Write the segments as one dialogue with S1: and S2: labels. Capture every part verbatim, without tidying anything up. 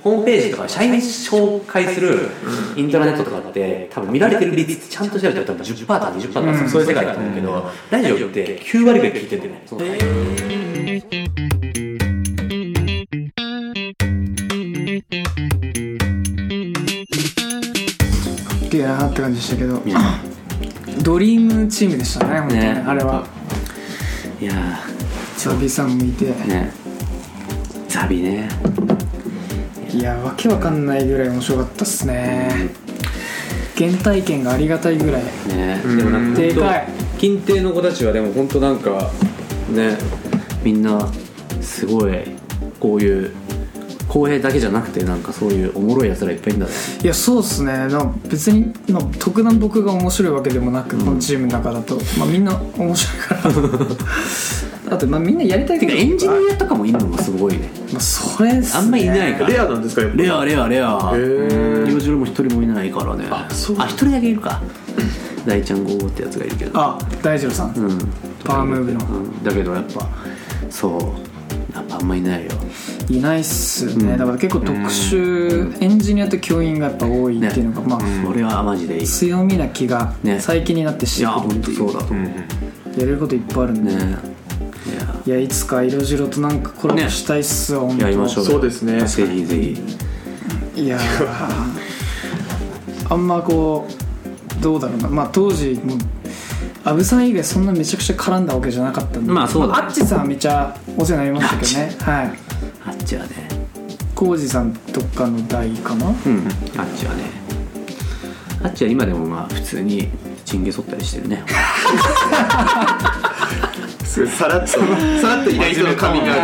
S1: ホームページとか社員紹介するインターネットとかって多分見られてる率ってちゃんと調べたら多分 じゅっパーセント とか にじゅっパーセント とかそういう世界だと思うけど、ラジオってきゅうわりぐらい聞いててね、そのえ
S2: ってやなって感じでしたけど、ドリームチームでしたね本当に、ね、あれは。
S1: いや
S2: ザビさんもいて
S1: ね、ザビね、
S2: いやわけわかんないぐらい面白かったっすね。原体験がありがたいぐらい
S1: ね、
S3: でもなんか
S2: でかい
S3: 近帝の子たちはでも本当なんかね、
S1: みんなすごいこういう公平だけじゃなくてなんかそういうおもろいやつらいっぱいいるんだね。
S2: いやそうっすね。なんか別に、まあ、特段僕が面白いわけでもなく、うん、このチームの中だと、まあ、みんな面白いからあと、まあ、みんなやりたいけど
S1: エンジニアとかもいるのもすごいね、
S2: まあ、それっすね、
S1: あんまいないから。
S3: レアなんですか？
S1: レアレアレア。
S3: へー、
S1: 色白も一人もいないからね。
S3: あ、そう
S1: あ、一人だけいるか大ちゃんゴーってやつがいるけど、
S2: あ、大丈夫さん、
S1: うん、
S2: パワームーブの、
S1: うん、だけどやっぱそうやっぱあんまいないよ。
S2: いないっすね、うん、だから結構特殊、うん、エンジニアと教員がやっぱ多いっていうのが、ね、まあ、
S1: それはマジでいい
S2: 強みな気が最近になってしてくるっていう、
S1: いや本当そうだと思う、
S2: やれることいっぱいあるんで、ね、いやいつか色白となんかコラボしたいっすわ、ね、本当
S1: やりましょう。
S3: そうですね、
S1: ぜひぜ
S2: ひ。いやあんまこうどうだろうな、まあ当時もアブさん以外そんなめちゃくちゃ絡んだわけじゃなかったんで、
S1: まあそうだね、
S2: まあ、アッチさんはめちゃお世話になりましたけどね、はい、
S1: あっちはね、
S2: コウジさんとかの代かな、うん、
S1: あっちはね、あっちは今でもまあ普通にチンゲ剃ったりしてるね
S3: すごいさらっとさらっといない人の髪が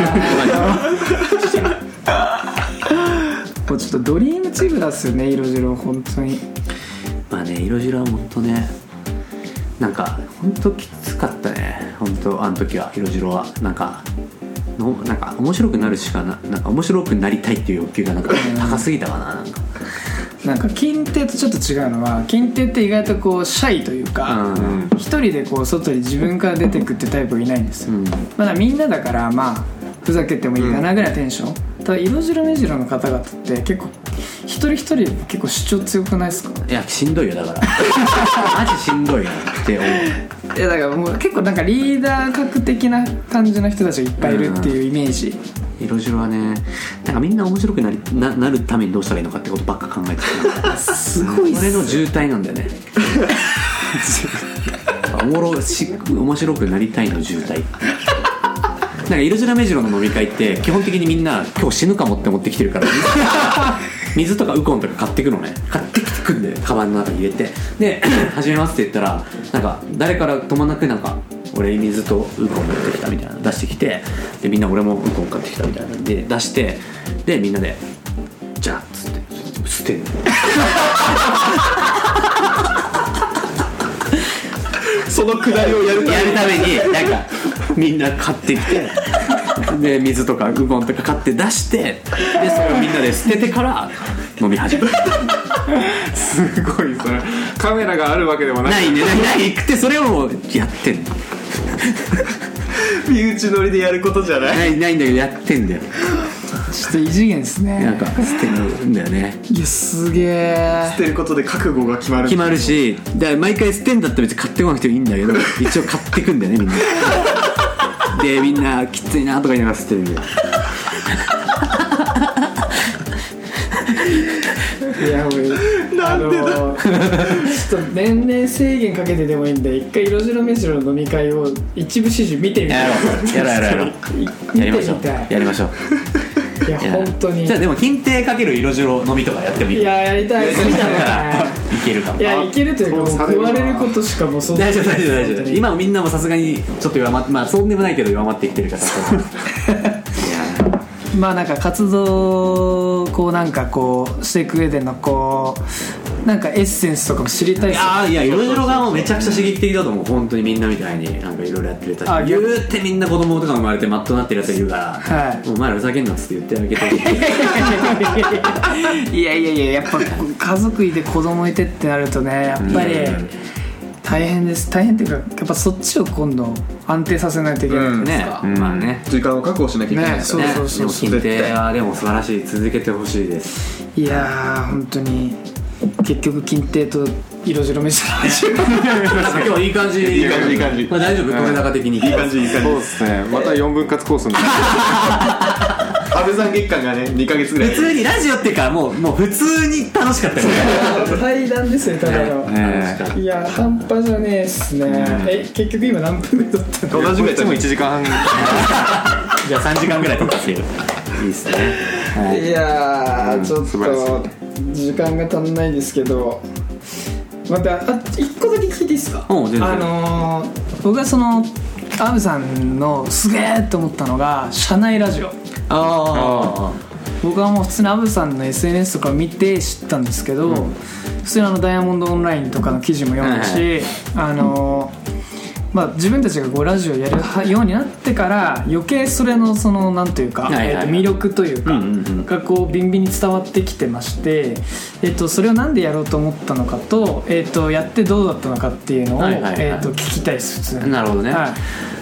S2: もうちょっとドリームチームだっすよね、色白本当に。
S1: まあね、色白は本当ね、なんか本当きつかったね、本当あの時は。色白はなんかのなんか面白くなるしかな、なんか面白くなりたいっていう欲求がなんか高すぎたかな、なんか
S2: なんか金帝とちょっと違うのは、金帝って意外とこうシャイというか、一人でこう外に自分から出てくってタイプがいないんですよ、うん、まだみんなだからまあふざけてもいいかなぐらいテンション、うん、ただ色白目白の方々って結構一人一人結構主張強くないですか？
S1: いやしんどいよ、だからマジしんどいなって思う。
S2: いやだからもう結構なんかリーダー格的な感じの人たちがいっぱいいるっていうイメージ、
S1: うん、色白はね、なんかみんな面白くなり な, なるためにどうしたらいいのかってことばっか考えてたすごいっす、俺の渋滞なんだよねおもろし面白くなりたいの渋滞なんか色白目白の飲み会って基本的にみんな今日死ぬかもって思ってきてるから水とかウコンとか買ってくのね、買ってきてくんでカバンの中に入れて、で始めますって言ったらなんか誰からともなくなんか俺水とウコン持ってきたみたいな出してきて、でみんな俺もウコン買ってきたみたいなんで出して、でみんなでじゃあっつって捨てんの
S3: そのくだりをやる
S1: やるためになんかみんな買ってきてで水とかウコンとか買って出して、でそれをみんなで捨ててから飲み始める
S3: すごい、それカメラがあるわけでもない
S1: ないね、ないくてそれをやってんの
S3: 身内乗りでやることじゃない
S1: ないないんだけどやってんだよ。
S2: ちょっと異次元ですね。
S1: なんか捨てるんだよね。
S2: いやすげえ、
S3: 捨てることで覚悟が決まる
S1: 決まるし、だ毎回捨てんだったら別に買ってこなくてもいいんだけど一応買ってくんだよねみんなでみんなきついなとか言いながら捨てるんだよ
S2: いや俺なんでだ、ちょっと年齢制限かけてでもいいんで一回色白目白の飲み会を一部始終見てみたい。
S1: やろうやろうやろうやりましょうやりましょう
S2: いや本当に。
S1: じゃあでも金帝かける色白飲みとかやってもいい？
S2: いややりたいですね。い
S1: けるかも。
S2: いやいけるというかもう食われることしかもうそう
S1: 大丈夫大丈夫大丈夫。今みんなもさすがにちょっと弱まってまあそうでもないけど弱まってきてるから
S2: まあなんか活動こうなんかこうしていく上でのこうなんかエッセンスとかも知りたいですよ。
S1: あいや色白がもうめちゃくちゃ刺激的だと思う本当に。みんなみたいになんかいろいろやってる人たち言うてみんな子供とか生まれてマットなってるやつがいるから、はい、もうお前らふざけんなっつって言ってあげて
S2: いやいやいややっぱ家族いて子供いてってなるとねやっぱり大変です。大変っていうかやっぱそっちを今度安定させないといけないじゃないですか、
S1: うんね、まあね
S3: 時間を確保しなきゃいけないですよね。
S2: ねそうそうそう
S1: でも近定はでも素晴らしい、続けてほしいです。
S2: いやー本当に結局近定と色白飯の話
S1: 今日いい感じ
S3: いい感じいい感じ、
S1: まあ、大丈夫、取れ高的に
S3: いい感じいい感じ。
S4: そうですね、またよんぶん割コースに
S3: 安倍さん月間がねにかげつぐらい
S1: 普通にラジオっていうかもう、もう普通に楽しかったよね
S2: 対談ですよただの、
S4: ね
S1: 楽しかった。
S2: いや半端じゃねえっすね、え結局今何分目撮ったの？
S3: 同じぐらい
S4: こっちもいちじかん
S1: じゃあさんじかんぐらい撮ったっていういいっすね、はい
S2: いやー、
S4: うん
S2: ちょっ
S4: 素晴らし
S2: と時間が足んないですけど、またあ一個だけ聞いていいですか？
S1: おう全然
S2: あのー、僕はそのアブさんのすげーって思ったのが社内ラジオ。
S1: あ
S2: 僕はもう普通にアブさんの エスエヌエス とか見て知ったんですけど、うん、普通にあのダイヤモンドオンラインとかの記事も読んだし、はいはい、あのーまあ、自分たちがこうラジオやるようになってから余計それのそのなんというか、はいはいはい、えー、と魅力というか、うんうんうん、がこうビンビンに伝わってきてまして、えー、とそれをなんでやろうと思ったのかと、えー、とやってどうだったのかっていうのを、はいはいはい、えー、と聞きたいです普通に。
S1: なるほどね、はい、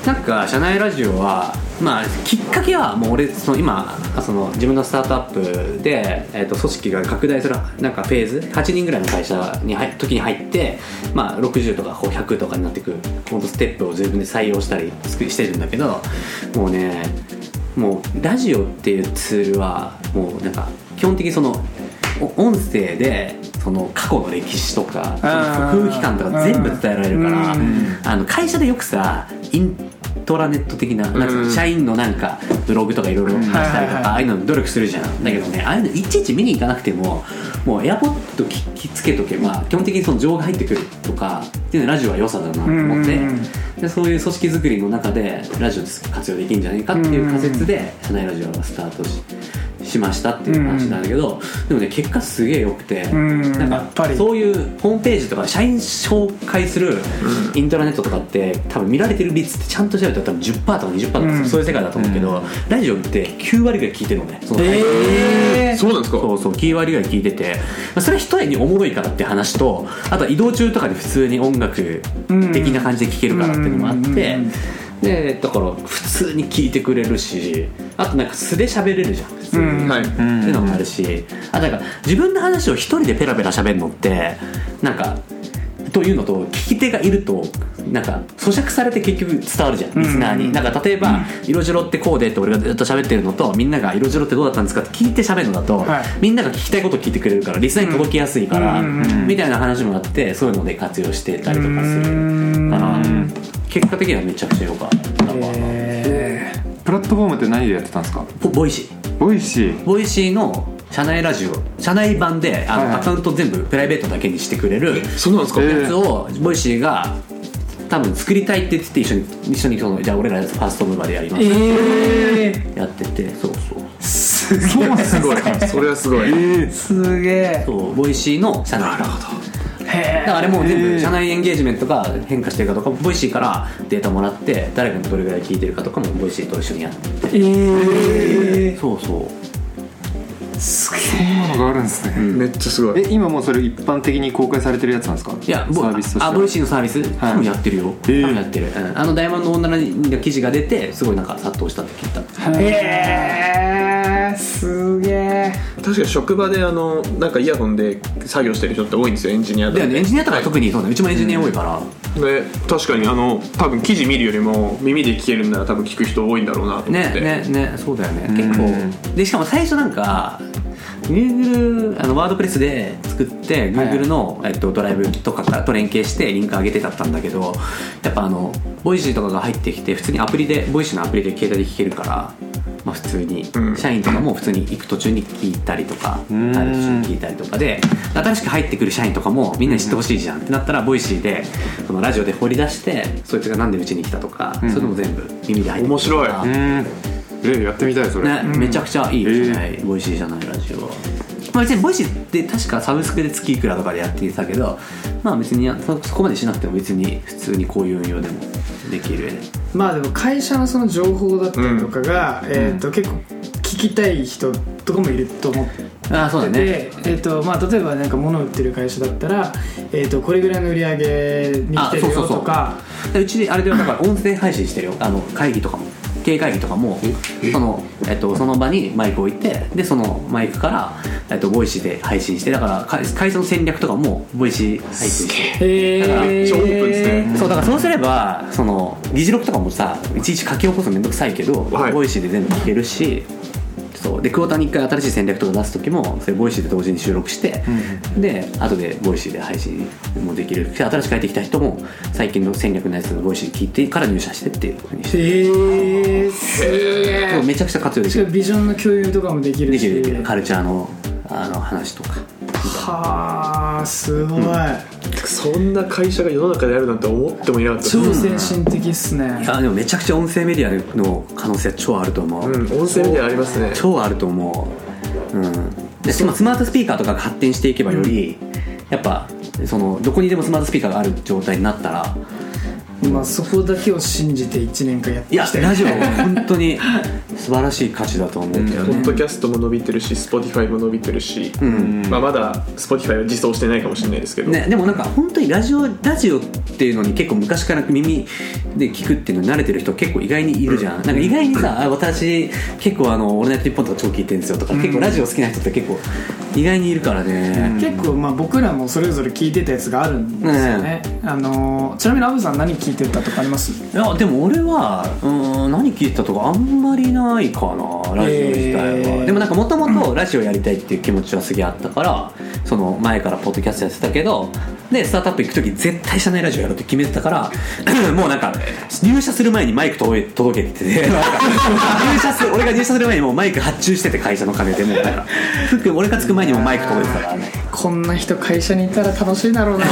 S1: なんか社内ラジオはまあきっかけはもう俺その今その自分のスタートアップで、えー、と組織が拡大するなんかフェーズはちにんぐらいの会社に入時に入って、まあ、ろくじゅうとかひゃくとかになっていく本当ステップを自分で採用したりしてるんだけど、もうねもうラジオっていうツールはもうなんか基本的にその音声でその過去の歴史とか空気感とか全部伝えられるから、あの会社でよくさイントラネット的 な, なんか社員のなんかブログとかいろいろ出したりとか、ああいうの努力するじゃん。だけどね、ああいうのいちいち見に行かなくてももうエアポッド聞きつけとけば基本的にその情報が入ってくるとかっていうのはラジオは良さだなと思って、でそういう組織づくりの中でラジオって活用できるんじゃないかっていう仮説で社内ラジオがスタートししましたっていう話なんだけど、うん、でもね結果すげえ良くて、うん、なんかやっぱりそういうホームページとか社員紹介するイントラネットとかって多分見られてる率ってちゃんと調べたら多分 じゅっパーセント とか にじゅっパーセント とかそういう世界だと思うけど、うん、ラジオってきゅうわりぐらい聞いてるのね。その
S3: えー、そうなんですか。
S1: そうそうきゅうわりぐらい聞いてて、それは一重におもろいからって話と、あとは移動中とかで普通に音楽的な感じで聴けるからっていうのもあって、うんでだから普通に聞いてくれるし、あとなんか素で喋れるじゃん普通に、うん、はい、っていうのもあるし、あとなんか自分の話を一人でペラペラ喋るのってなんかというのと、聞き手がいるとなんか咀嚼されて結局伝わるじゃんリスナーに、うん、なんか例えば、うん、色白ってこうでって俺がずっと喋ってるのと、みんなが色白ってどうだったんですかって聞いて喋るのだと、はい、みんなが聞きたいことを聞いてくれるからリスナーに届きやすいから、うん、みたいな話もあって、そういうので活用してたりとかするから、結果的にはめちゃくちゃ良かった。
S4: えー、プラットフォームって何でやってたんですか？
S1: ボイシー
S4: ボイシー
S1: ボイシーの社内ラジオ社内版であの、はいはい、アカウント全部プライベートだけにしてくれる
S3: そうなんですか
S1: やつをボイシーが多分作りたいって言って一緒に一緒にそのじゃあ俺らファーストムーバーでやります、えー、やってて、そうそう
S2: すげえ
S3: すごいそれはすごい、え
S2: ー、すげえ。
S1: そうボイシーの社内版。なるほど。だからあれも全部社内エンゲージメントが変化してるかとかボイシーからデータもらって誰かがどれぐらい聞いてるかとかもボイシーと一緒にやってて、えー、そうそう
S2: すげえ、
S4: そんなのがあるんですね、うん、
S3: めっちゃすごい。
S4: え今もうそれ一般的に公開されてるやつなんですか？
S1: いやサービスとしては。あボイシーのサービス、はい、多分やってるよ、多分やってる、うん、あのダイヤモンド女の記事が出てすごいなんか殺到したって聞いた。
S2: へえー、すげえ。
S3: 確かに職場であのなんかイヤホンで作業してる人って多いんですよ、エンジニアとか。
S1: でエンジニアとか特にそうだ、はい、うちもエンジニア多いから、
S3: うん、で確かにあの多分記事見るよりも耳で聞けるんなら多分聞く人多いんだろうなと思って。
S1: ねねね、そうだよね、結構。でしかも最初なんかGoogle あのワードプレスで作って Google の、はい、えっと、ドライブとかと連携してリンク上げてたったんだけど、やっぱあのボイシーとかが入ってきて普通にアプリでボイシーのアプリで携帯で聞けるから、まあ、普通に、うん、社員とかも普通に行く途中に聞いたりとか帰る途中に聞いたりとかで、新しく入ってくる社員とかもみんなに知ってほしいじゃんってなったらボイシーでそのラジオで掘り出してそいつがなんでうちに来たとか、うん、そういうのも全部耳で入ってくるから。面白い。
S4: うんえやってみたいそれ、ね、
S1: めちゃくちゃいいですね、えー、ボイシーじゃないラジオは。まあ、別にボイシーって確かサブスクで月いくらとかでやっていたけど、まあ別に そ, そこまでしなくても別に普通にこういう運用でもできる。
S2: まあでも会社のその情報だったりとかが、うん、えー、と結構聞きたい人とかもいると思やってて、
S1: あそうだね
S2: えーとまあ、例えばなんか物を売ってる会社だったら、えーとこれぐらいの売り上げに来てるよとか。
S1: うちあれでだから音声配信してるよ、あの会議とかも経営会議とかもその、えっと、その場にマイク置いて、でそのマイクから、えっと、ボイシーで配信して、だから会社の戦略とかもボイシー配信して
S2: へ
S1: だから
S2: ー
S3: 超オープンですね。
S1: そうだからそうすればその議事録とかもさいちいち書き起こすのめんどくさいけど、
S3: はい、
S1: ボイシーで全部聞けるし、そうでクォーターにいっかい新しい戦略とか出す時もそれボイシーで同時に収録して、うん、で後でボイシーで配信もできるし、新しく帰ってきた人も最近の戦略のやつのボイシー聞いてから入社してっていう風にして、
S2: へーすげえ。
S1: めちゃくちゃ活用できる。
S2: ビジョンの共有とかもできるし、
S1: できるできるカルチャーのあの話とか。
S2: はあすごい、うん、
S3: そんな会社が世の中であるなんて思ってもいなかったです。
S2: 超先進的っすね、
S1: うん、いやでもめちゃくちゃ音声メディアの可能性は超あると思う、
S3: うん、音声メディアありますね。
S1: 超あると思う、うん、でスマートスピーカーとかが発展していけばより、うん、やっぱそのどこにでもスマートスピーカーがある状態になったら、
S2: まあ、そこだけを信じていちねんかんやってきた
S1: いやラジオは本当に素晴らしい価値だと思うんだよね、
S3: ポッドキャストも伸びてるし Spotify も伸びてるし、
S1: うん
S3: まあ、まだ Spotify は実装してないかもしれないですけど、
S1: ね、でもなんか本当にラジオラジオっていうのに結構昔から耳で聞くっていうのに慣れてる人結構意外にいるじゃん、うん、なんか意外にさ、あ私結構あのオールナイトニッポンとか超聞いてるんですよとか、うん、結構ラジオ好きな人って結構意外にいるからね、
S2: うん、結構まあ僕らもそれぞれ聞いてたやつがあるんですよね、うん、あのちなみにアブさん何聞いてたとかあります？
S1: いやでも俺はうん何聞いてたとかあんまりないかなラジオ自体は、えー、でもなんかもともとラジオやりたいっていう気持ちはすげえあったからその前からポッドキャストやってたけどでスタートアップ行く時絶対社内ラジオやろうって決めてたからもうなんか入社する前にマイク届けてて入社す俺が入社する前にもうマイク発注してて会社の金でもうなんか服俺がつく前にもマイク届いてたからね
S2: こんな人会社にいたら楽しいだろうな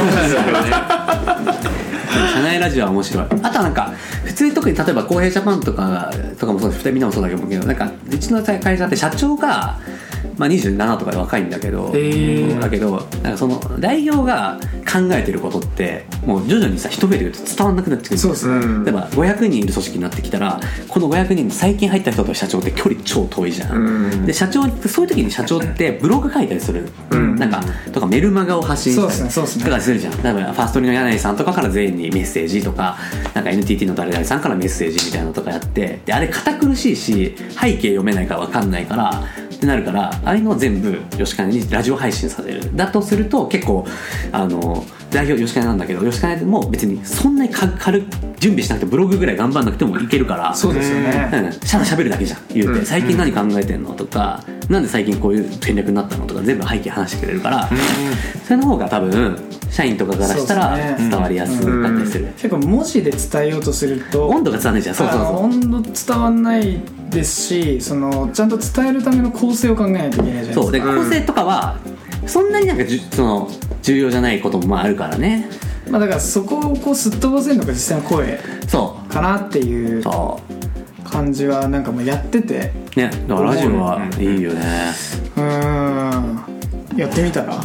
S1: 社内ラジオは面白い。あとはなんか普通に特に例えば公平ジャパンとかとかもそうです。みんなもそうだけどなんかうちの会社って社長がまあ、にじゅうななとかで若いんだけど、えー、だけどなんかその代表が考えてることってもう徐々にさ人増えてくると伝わんなくなってくる。
S2: そうですね。
S1: 例えばごひゃくにんいる組織になってきたらこのごひゃくにん最近入った人と社長って距離超遠いじゃん、うん、で社長ってそういう時に社長ってブログ書いたりする、うん、なんかとかメルマガを発信したりとかするじゃん。例えばファーストリーの柳井さんとかから全員にメッセージとかなんか エヌティーティー の誰々さんからメッセージみたいなのとかやってであれ堅苦しいし背景読めないから分かんないからってなるからああいうのを全部吉金にラジオ配信させるだとすると結構あの代表吉金なんだけど吉金も別にそんなに軽く準備しなくてブログぐらい頑張んなくてもいけるから
S2: そうですよね、
S1: うん、しゃべるだけじゃん言うて、うん、最近何考えてんのとかなんで最近こういう戦略になったのとか全部背景話してくれるから、うん、それの方が多分社員とかからしたら伝わりやすかったりする、うん、
S2: 結構文字で伝えようとすると
S1: 温度が伝わんないじゃん。そうそうそう
S2: 温度伝わんないですしそのちゃんと伝えるための構成を考えないといけないじゃないですか。
S1: そうで構成とかはそんなになんかじゅその重要じゃないこともまああるからね。
S2: まあだからそこをこうすっ飛ばせるのが実際の声かなっていう感じはなんかもうやってて
S1: ね。だからラジオはいいよね。
S2: うーんやってみたら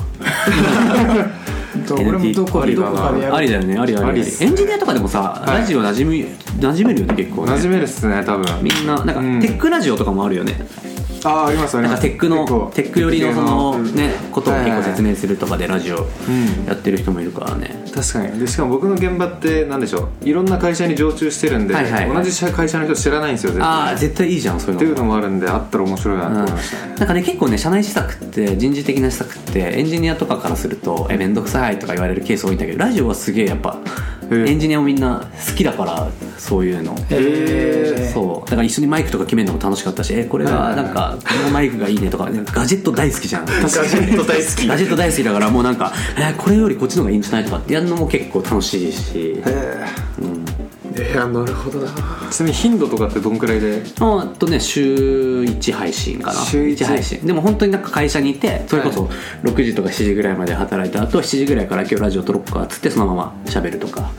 S2: 俺もどこかでどこかでやる
S1: ありだよね。ありありあり。エンジニアとかでもさ、はい、ラジオ馴染み馴染めるよね結構ね。
S4: 馴染めるっすね多分。み
S1: んななんか、うん、テックラジオとかもあるよね。
S4: ああありますあります。
S1: なんかテックのテック寄りのそのねことを結構説明するとかでラジオやってる人もいるからね。
S4: 確かに。でしかも僕の現場ってなんでしょういろんな会社に常駐してるんで、はいはいはい、同じ会社の人知らないんですよ絶対。
S1: ああ絶対いいじゃんそういうの。
S4: っていうのもあるんであったら面白いなと思いましたね、
S1: うん、なんかね結構ね社内施策って人事的な施策ってエンジニアとかからするとえめんどくさいとか言われるケース多いんだけどラジオはすげえやっぱエンジニアもみんな好きだからそういうの。
S2: へ
S1: そうだから一緒にマイクとか決めるのも楽しかったしえこれがなんかこのマイクがいいねとかガジェット大好きじゃん。
S3: ガジェット大好き
S1: ガジェット大好きだからもうなんかえこれよりこっちの方がいいんじゃないとかってやるのも結構楽しいし。へ
S3: え、うん、いやなるほどな。
S4: ちなみに頻度とかってどんくらいで？
S1: あとね週いち配信かな。週いち配信でも本当になんか会社にいてそれこそろくじとかしちじぐらいまで働いた後しちじぐらいから今日ラジオ撮ろっかっつってそのまま喋るとか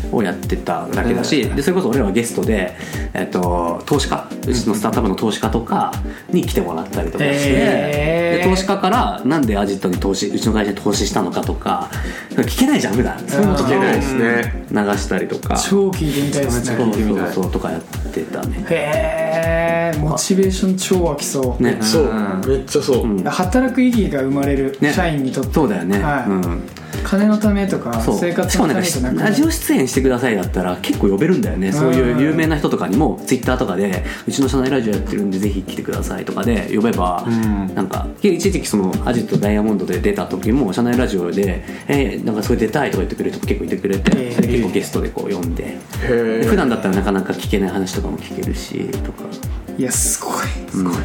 S1: をやってただけだし、でそれこそ俺らはゲストで、えっと、投資家、うちのスタートアップの投資家とかに来てもらったりとかして、で投資家からなんでアジットに投資、うちの会社に投資したのかとか聞けないじゃん普段。
S3: そういうの聞けないですね。
S1: 流したりとか
S2: 超聞いてみたいですね。
S1: そうそうとかやってたね。
S2: へえ、モチベーション超湧きそう
S1: ね。
S3: そう、めっちゃそう、うん、
S2: 働く意義が生まれる、ね、社員にとって。
S1: そうだよね、
S2: はい、うん、金のためとか生活のためじゃなくて、
S1: ラジオ出演してくださいだったら結構呼べるんだよね。そういう有名な人とかにもツイッターとかでうちの社内ラジオやってるんでぜひ来てくださいとかで呼べば、うん、なんか一時期そのアジットダイヤモンドで出た時も社内ラジオでえー、なんかそれ出たいとか言ってくれる人も結構いてくれて、それ結構ゲストでこう呼んで、で普段だったらなかなか聞けない話とかも聞けるしとか。
S2: いやすごいすごい、うん、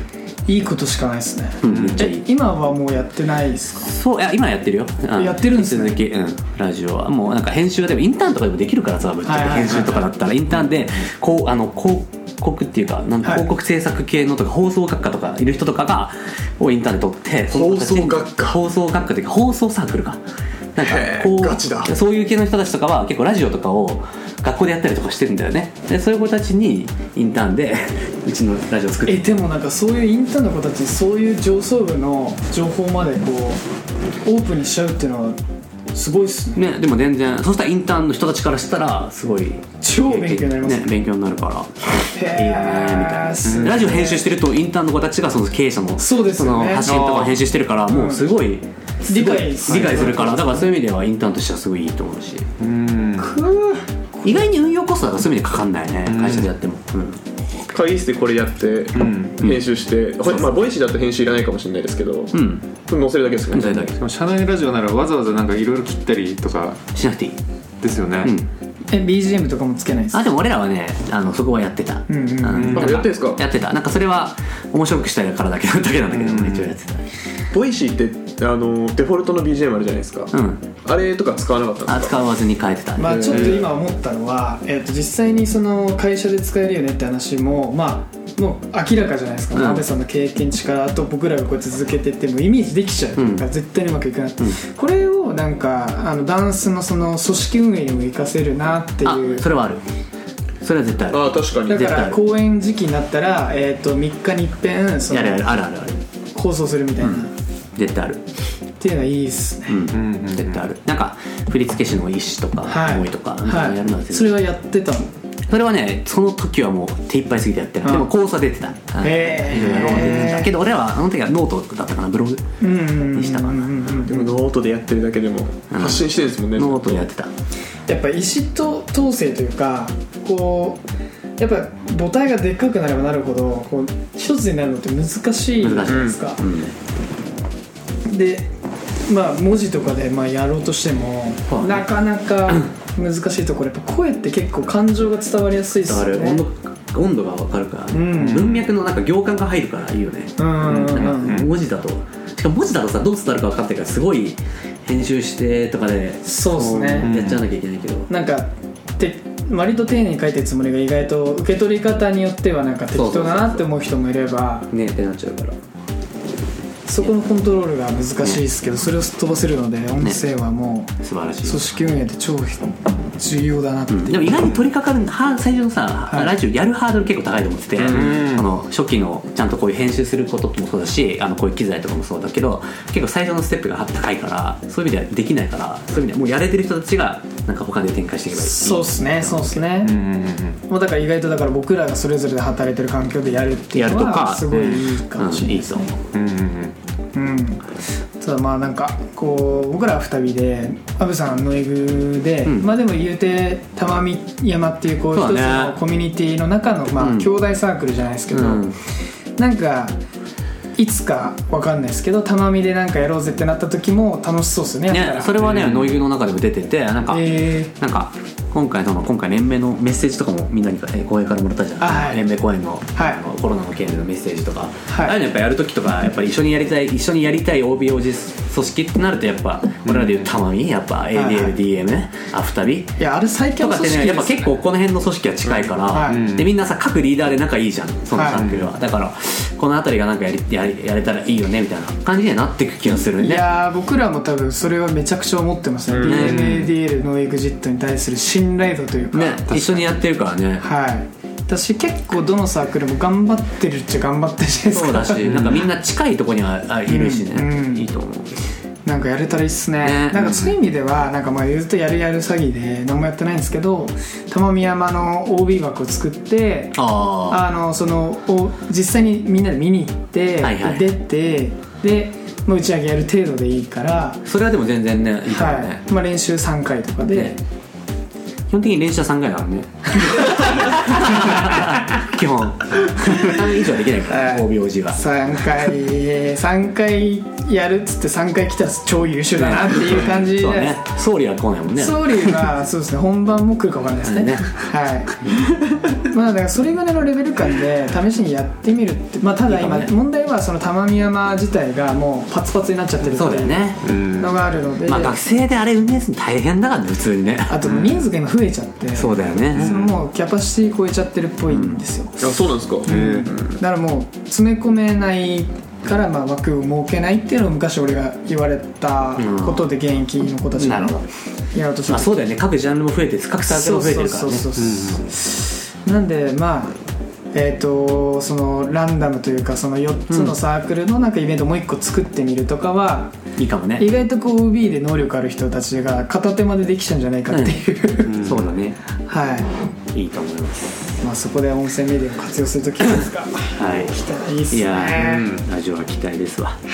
S2: いいことしかないですね、
S1: うん、めっちゃいい。
S2: 今はもうやってないですか？
S1: そう、いや今やってるよ、うん、
S2: やってるんですね。
S1: 続き、うん、ラジオはもうなんか編集はでもインターンとかでもできるからさ、ぶっちゃけ編集とかだったらインターンでこうあの広告っていうかなん広告制作系のとか放送学科とかいる人とかがをインターンで取って、
S3: 放送学科
S1: 放送学科っていうか放送サークルかなんかこう
S3: ガチだ。
S1: そういう系の人たちとかは結構ラジオとかを学校でやったりとかしてるんだよね。でそういう子たちにインターンでうちのラジオ作って。
S2: えでもなんかそういうインターンの子たちそういう上層部の情報までこうオープンにしちゃうっていうのはすごいっすね。
S1: ね、でも全然そしたらインターンの人たちからしたらすごい
S2: 超勉強になります ね,
S1: ね勉強になるから
S2: へ
S1: いいよねみたいな。ラジオ編集してるとインターンの子たちがその経営者の
S2: そうですよね、
S1: その発信とか編集してるからもうすごい、うん、
S2: 理解
S1: 理解するから、だからそういう意味ではインターンとしてはすごいいいと思うし、
S2: うん、
S1: 意外に運用コストがそういう意味でかかんないね、会社でやっても、うん、
S3: 会議室でこれやって、うん、編集して、うん、まあボイシーだと編集いらないかもしれないですけど、うん、載せるだけですかね。載せるだけ。
S4: しかも社内ラジオならわざわざなんかいろいろ切ったりとか
S1: しなくていい
S4: ですよね、
S1: うん、
S2: え ビージーエム とかもつけないですか？
S1: あでも俺らはねあのそこはやってた、
S2: うんうんうん、
S3: あやってんですか？
S1: やってた。なんかそれは面白くしたいからだけだけなんだけど、うん、一応やってた。
S3: ボイシーってあのデフォルトの ビージーエム あるじゃないですか、うん、あれとか使わなかったんですか？
S1: あ使わずに変えてた、ね。
S2: まあちょっと今思ったのは、えー、と実際にその会社で使えるよねって話もまあもう明らかじゃないですか、うん、安倍さんの経験値からあと僕らがこうやって続けてってもイメージできちゃうから、うん、絶対にうまくいくなって、うん、これをなんかあのダンスのその組織運営にも活かせるなっていう。
S1: あそれはある。それは絶対ある。
S3: あ確かに。
S2: だから公演時期になったら、えー、とみっかに一遍その
S1: やるあるあるある
S2: 放送するみたいな、うん、
S1: 絶対ある
S2: っていうのはいいっすね、うんうんうんうん、
S1: 絶対ある。なんか振付師の意思とか思いとか、はい、やるのは絶対。
S2: それはやってたの？
S1: それはねその時はもう手一杯すぎてやってる。でも講座出てた。へーいろいろ出てたけど俺はあの時はノートだったかな、ブログにしたかな。
S3: でもノートでやってるだけでも発信してるんですもんね、
S1: うん、ノートでやってた。
S2: やっぱ意思と統制というかこうやっぱ母体がでっかくなればなるほどこう一つになるのって難しいじゃないですか、うんうん、でまあ文字とかでまあやろうとしても、うん、なかなか難しいところやっぱ声って結構感情が伝わりやすいですよね。
S1: 温度、温度が分かるから、うん、文脈のなんか行間が入るからいいよね、うん、なんか文字だとしかも文字だとさどう伝わるか分かってるからすごい編集してとかで
S2: そうですね
S1: やっちゃわなきゃいけないけど、
S2: なんかて割と丁寧に書いてるつもりが意外と受け取り方によってはなんか適当だなって思う人もいれば
S1: ねってなっちゃうから
S2: そこのコントロールが難しいですけど、ね、それをすっ飛ばせるので音声はもう、
S1: ね、素晴らしい
S2: 組織運営って超重要だなって、うん、
S1: でも意外に取り掛かる最初のさ、はい、ラジオやるハードル結構高いと思ってて、うん、あの初期のちゃんとこういう編集することもそうだしあのこういう機材とかもそうだけど結構最初のステップが高いからそういう意味ではできないからそういう意味ではもうやれてる人たちがなんか他で展開していけばいい。
S2: そうですねそうですね、うんうんうん、もうだから意外とだから僕らがそれぞれで働いてる環境でやるっていうのはすごいいいかもしれないですね、うんうんうんうん、ただまあなんかこう僕らはふたりでアブさんのエグで、うん、まあでも言うて玉見山っていうこう一つのコミュニティの中のまあ兄弟サークルじゃないですけど、うん、なんかいつかわかんないですけど玉見でなんかやろうぜってなった時も楽しそうですよね。
S1: ねそれはねノイグの中でも出ててなんか、えー、なんか今回の今回連盟のメッセージとかもみんなに講演からもらったじゃない、連盟講演 の,、はい、あのコロナの件でのメッセージとか、はい、ああいうのやっぱやるときとかやっぱり一緒にやりたい一緒にやりたい オービーオージー 組織ってなるとやっぱ、うん、俺らでいうたまみやっぱ エーディーエルディーエム、はいはい、アフタビ
S2: いやあれ最強の組織ですね。
S1: やっぱ結構この辺の組織は近いから、はい、でみんなさ各リーダーで仲いいじゃんそのサークルは、はい、だからこのあたりがなんかやり や, りやれたらいいよねみたいな感じにはなっていく気がするね。
S2: いや僕らも多分それはめちゃくちゃ思ってますね、うん、ディーエムエーディーエル のエグジットに対する信信頼度というか、
S1: ね、一緒にやってるからね。
S2: はい、私結構どのサークルも頑張ってるっちゃ頑張ってるじゃないですか。
S1: そうだし、なんかみんな近いところにはいるしね、
S2: うんうん、
S1: いいと思う。
S2: なんかやれたらいいっすね。ね、なんかそういう意味ではなんかまあずっとやるやる詐欺で何もやってないんですけど、玉見山の オービー 枠を作って、ああのその実際にみんなで見に行って、はいはい、出てでもう打ち上げやる程度でいいから。
S1: それはでも全然ねいいからね、
S2: はい、まあ、練習さんかいとかで、ね、
S1: 基本的に練習はさんかいだからね基本さん以上はできないから、はい、オービーオージー は
S2: さんかいさんかいやるっつってさんかい来たら超優秀だなっていう感じで、
S1: そうね、総理は来ないもんね。
S2: 総理はそうですね、本番も来るか分からないですね、ね、はいまあだからそれぐらいのレベル感で試しにやってみるって、まあ、ただ今問題はその玉見山自体がもうパツパツになっちゃってるっていうのがあるので、
S1: まあ学生であれ運営するの大変だからね普通にね。
S2: あと人数が今増えちゃって、
S1: そうだよね、
S2: そのもうキャパシティ超えちゃってるっぽいんですよ、
S3: うん、あ、そうなんですか、うん、
S2: だからもう詰め込めないからまあ枠を設けないっていうのを昔俺が言われたことで現役の子たちがやろうとして、
S1: まあ、そうだよね、各ジャンルも増えて各サークルも増えてるからね。そうそうそう
S2: そう、なんでまあえーとそのランダムというかそのよっつのサークルのなんかイベントをもういっこ作ってみるとかはい
S1: いかもね。
S2: 意外とこう オービー で能力ある人たちが片手までできちゃうんじゃないかっていう、
S1: うんうん、そうだね、
S2: はい、
S1: いいと思います。
S2: まあ、そこで音声メディアを活用するときですか
S1: はい、
S2: 来たらいいっすね。
S1: いや、うん、ラジオは期待ですわ。
S2: はい、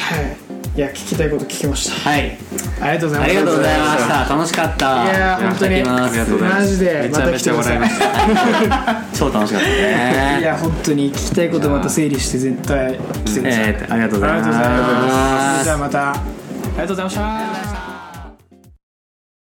S2: いや聞きたいこと聞きました。
S1: はい、
S2: ありがとうございました。
S1: ありがとうございました。楽しかった。
S2: いや本当にありがとうございます。マジでまた来てください。
S1: 超楽しかったね。
S2: いや本当に聞きたいことまた整理して絶対来てください。
S1: えー、ありがとうございます。
S2: ありがとうございます。じゃあまたありがとうございました。